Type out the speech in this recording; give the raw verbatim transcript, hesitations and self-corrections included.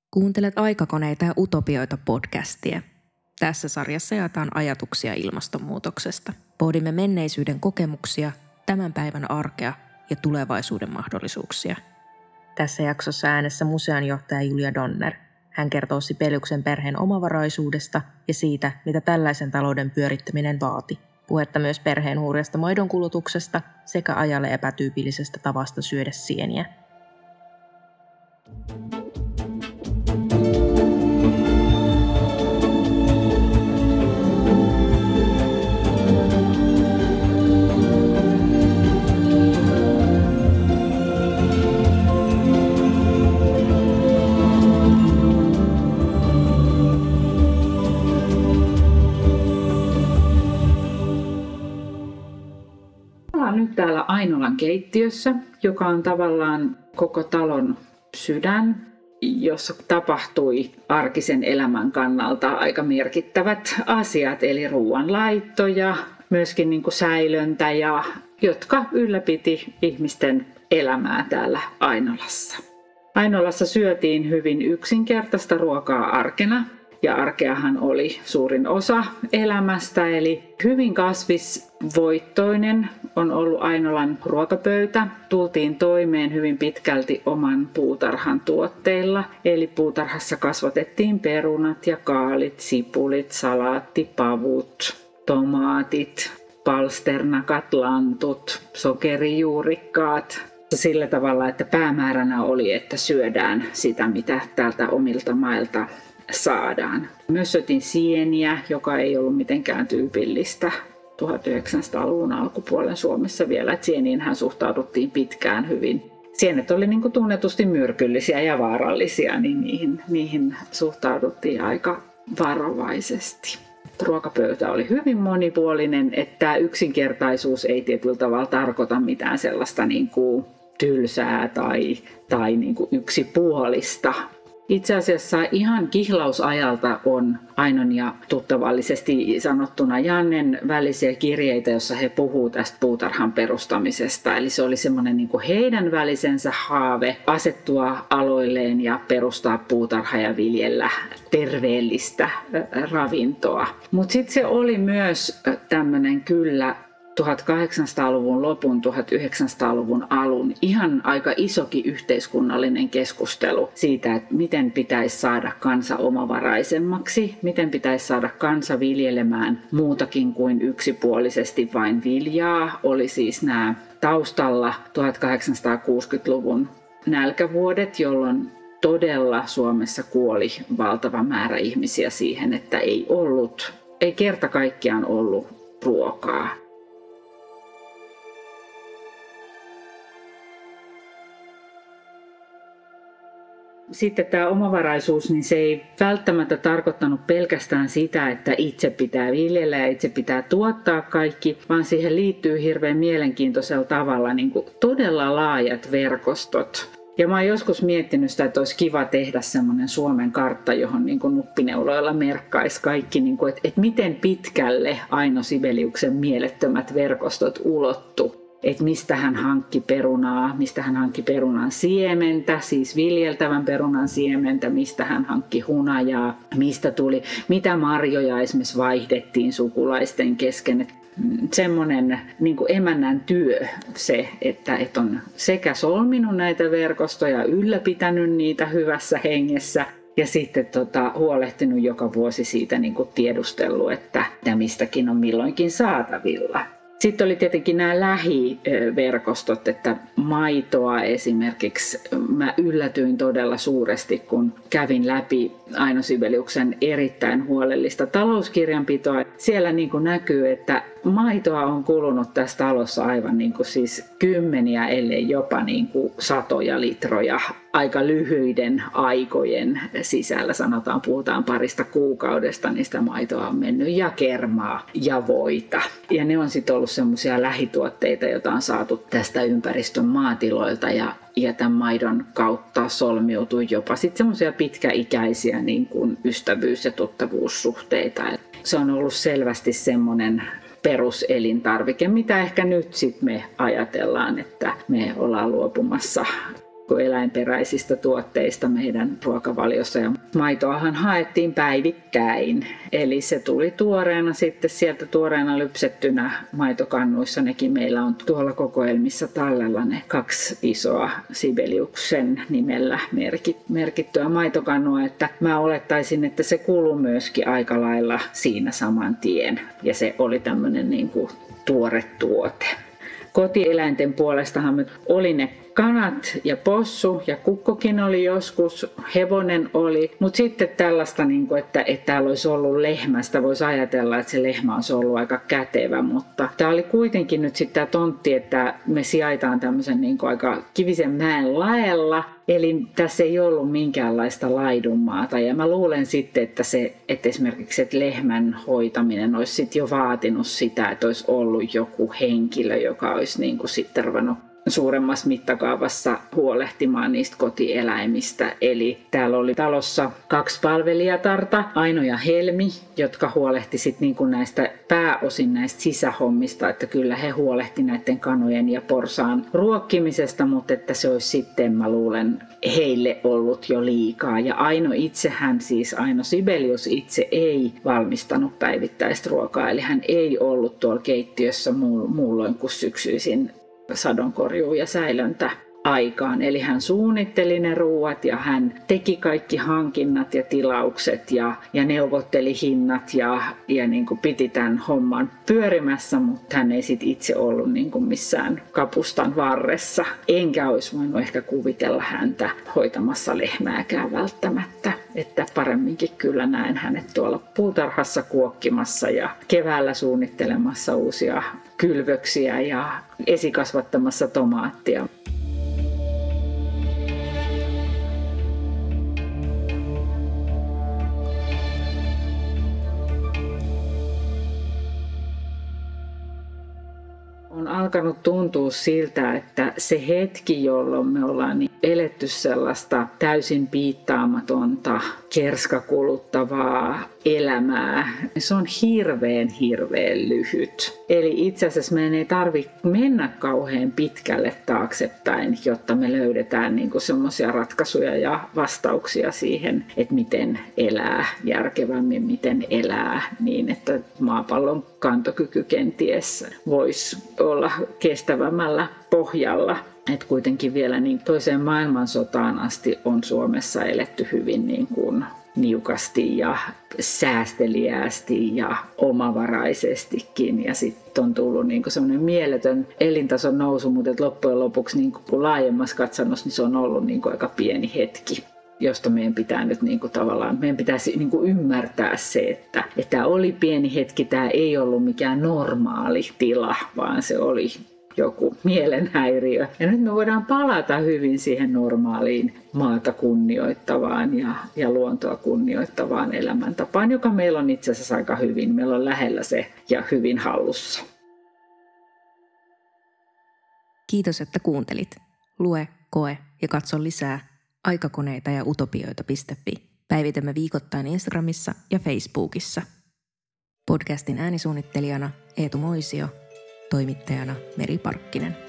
Kuuntelet Aikakoneita ja utopioita podcastia. Tässä sarjassa jaetaan ajatuksia ilmastonmuutoksesta. Pohdimme menneisyyden kokemuksia, tämän päivän arkea ja tulevaisuuden mahdollisuuksia. Tässä jaksossa äänessä museonjohtaja Julia Donner. Hän kertoo Sibeliuksen perheen omavaraisuudesta ja siitä, mitä tällaisen talouden pyörittäminen vaati. Puhetta myös perheen hurjasta maidonkulutuksesta sekä ajalle epätyypillisestä tavasta syödä sieniä. Nyt täällä Ainolan keittiössä, joka on tavallaan koko talon sydän, jossa tapahtui arkisen elämän kannalta aika merkittävät asiat, eli ruoanlaitto ja myöskin niin kuin säilöntä, ja, jotka ylläpiti ihmisten elämää täällä Ainolassa. Ainolassa syötiin hyvin yksinkertaista ruokaa arkena. Ja arkeahan oli suurin osa elämästä, eli hyvin kasvisvoittoinen on ollut Ainolan ruokapöytä. Tultiin toimeen hyvin pitkälti oman puutarhan tuotteilla, eli puutarhassa kasvatettiin perunat ja kaalit, sipulit, salaatti, pavut, tomaatit, palsternakat, lantut, sokerijuurikkaat. Sillä tavalla, että päämääränä oli, että syödään sitä, mitä täältä omilta mailta saadaan. Myös syötiin sieniä, joka ei ollut mitenkään tyypillistä tuhatyhdeksänsataaluvun alkupuolen Suomessa vielä. Et sieniinhän suhtauduttiin pitkään hyvin. Sienet oli niin kuin tunnetusti myrkyllisiä ja vaarallisia, niin niihin, niihin suhtauduttiin aika varovaisesti. Ruokapöytä oli hyvin monipuolinen, että tämä yksinkertaisuus ei tietyllä tavalla tarkoita mitään sellaista niin kuin tylsää tai, tai niin kuin yksipuolista. Itse asiassa ihan kihlausajalta on Ainon ja tuttavallisesti sanottuna Jannen välisiä kirjeitä, jossa he puhuu tästä puutarhan perustamisesta. Eli se oli semmoinen niin kuin heidän välisensä haave asettua aloilleen ja perustaa puutarha ja viljellä terveellistä ravintoa. Mutta sitten se oli myös tämmöinen kyllä tuhatkahdeksansataaluvun lopun, tuhatyhdeksänsataaluvun alun ihan aika isokin yhteiskunnallinen keskustelu siitä, että miten pitäisi saada kansa omavaraisemmaksi, miten pitäisi saada kansa viljelemään muutakin kuin yksipuolisesti vain viljaa. Oli siis nämä taustalla tuhatkahdeksansataakuusikymmentäluvun nälkävuodet, jolloin todella Suomessa kuoli valtava määrä ihmisiä siihen, että ei ollut, ei kerta kaikkiaan ollut ruokaa. Sitten tämä omavaraisuus, niin se ei välttämättä tarkoittanut pelkästään sitä, että itse pitää viljellä ja itse pitää tuottaa kaikki, vaan siihen liittyy hirveän mielenkiintoisella tavalla niin kuin todella laajat verkostot. Ja mä oon joskus miettinyt sitä, että olisi kiva tehdä semmoinen Suomen kartta, johon niin kuin nuppineuloilla merkkaisi kaikki, niin kuin, että, että miten pitkälle Aino Sibeliuksen mielettömät verkostot ulottu. Että mistä hän hankki perunaa, mistä hän hankki perunan siementä, siis viljeltävän perunan siementä, mistä hän hankki hunajaa, mistä tuli, mitä marjoja esimerkiksi vaihdettiin sukulaisten kesken. Semmoinen niin kuin emännän työ se, että, että on sekä solminut näitä verkostoja, ylläpitänyt niitä hyvässä hengessä ja sitten tota, huolehtinut joka vuosi siitä niin kuin tiedustellut, että mistäkin on milloinkin saatavilla. Sitten oli tietenkin nämä lähiverkostot, että maitoa esimerkiksi. Mä yllätyin todella suuresti, kun kävin läpi Aino Sibeliuksen erittäin huolellista talouskirjanpitoa. Siellä niin kuin näkyy, että maitoa on kulunut tässä talossa aivan niin kuin siis kymmeniä, ellei jopa niin kuin satoja litroja aika lyhyiden aikojen sisällä. Sanotaan, puhutaan parista kuukaudesta, niin sitä maitoa on mennyt ja kermaa ja voita. Ja ne on sitten ollut semmoisia lähituotteita, joita on saatu tästä ympäristön maatiloilta ja, ja tämän maidon kautta solmiutui jopa sitten semmoisia pitkäikäisiä niin kuin ystävyys- ja tuttavuussuhteita. Se on ollut selvästi semmoinen peruselintarvike, mitä ehkä nyt sitten me ajatellaan, että me ollaan luopumassa eläinperäisistä tuotteista meidän ruokavaliossa. Ja maitoahan haettiin päivittäin, eli se tuli tuoreena sitten sieltä tuoreena lypsettynä maitokannuissa. Nekin meillä on tuolla kokoelmissa tallella ne kaksi isoa Sibeliuksen nimellä merkittyä maitokannua, että mä olettaisin, että se kuuluu myöskin aika lailla siinä saman tien. Ja se oli tämmöinen niin kuin tuore tuote. Kotieläinten puolestahan oli ne kanat ja possu ja kukkokin oli joskus, hevonen oli, mutta sitten tällaista, että, että täällä olisi ollut lehmästä, voisi ajatella, että se lehmä olisi ollut aika kätevä, mutta tämä oli kuitenkin nyt sitten tämä tontti, että me sijaitaan tämmöisen niin kuin aika kivisen mäen laella, eli tässä ei ollut minkäänlaista laidunmaata ja mä luulen sitten, että, se, että esimerkiksi että lehmän hoitaminen olisi sitten jo vaatinut sitä, että olisi ollut joku henkilö, joka olisi niin kuin sitten ruvennut suuremmassa mittakaavassa huolehtimaan niistä kotieläimistä. Eli täällä oli talossa kaksi palvelijatarta, Aino ja Helmi, jotka huolehti sit niinku näistä pääosin näistä sisähommista, että kyllä he huolehti näiden kanojen ja porsaan ruokkimisesta, mutta että se olisi sitten, mä luulen, heille ollut jo liikaa. Ja Aino itsehän, siis Aino Sibelius itse ei valmistanut päivittäistä ruokaa, eli hän ei ollut tuolla keittiössä muulloin kuin syksyisin sadonkorjuu ja säilöntä aikaan. Eli hän suunnitteli ne ruuat ja hän teki kaikki hankinnat ja tilaukset ja, ja neuvotteli hinnat ja, ja niin kuin piti tämän homman pyörimässä, mutta hän ei sit itse ollut niin kuin missään kapustan varressa. Enkä olisi voinut ehkä kuvitella häntä hoitamassa lehmääkään välttämättä. Että paremminkin kyllä näen hänet tuolla puutarhassa kuokkimassa ja keväällä suunnittelemassa uusia kylvöksiä ja esikasvattamassa tomaattia. On alkanut tuntua siltä, että se hetki, jolloin me ollaan niin eletty sellaista täysin piittaamatonta, kerskakuluttavaa elämää, se on hirveän hirveän lyhyt. Eli itse asiassa meidän ei tarvitse mennä kauhean pitkälle taaksepäin, jotta me löydetään niinku semmoisia ratkaisuja ja vastauksia siihen, että miten elää järkevämmin, miten elää niin, että maapallon kantokyky kenties voisi olla kestävämmällä pohjalla. Et kuitenkin vielä niin toiseen maailmansotaan asti on Suomessa eletty hyvin niin kuin niukasti ja säästeliäästi ja omavaraisestikin. Ja sitten on tullut niin kuin semmoinen mieletön elintason nousu, mutta loppujen lopuksi niin kuin laajemmassa katsannossa niin se on ollut niin kuin aika pieni hetki, josta meidän pitää nyt niin kuin tavallaan, meidän pitäisi niin kuin ymmärtää se, että, että tämä oli pieni hetki, tämä ei ollut mikään normaali tila, vaan se oli joku mielenhäiriö. Ja nyt me voidaan palata hyvin siihen normaaliin maata kunnioittavaan ja, ja luontoa kunnioittavaan elämäntapaan, joka meillä on itse asiassa aika hyvin. Meillä on lähellä se ja hyvin hallussa. Kiitos, että kuuntelit. Lue, koe ja katso lisää aikakoneita ja utopioita piste fi. Päivitämme viikoittain Instagramissa ja Facebookissa. Podcastin äänisuunnittelijana Eetu Moisio, toimittajana Meri Parkkinen.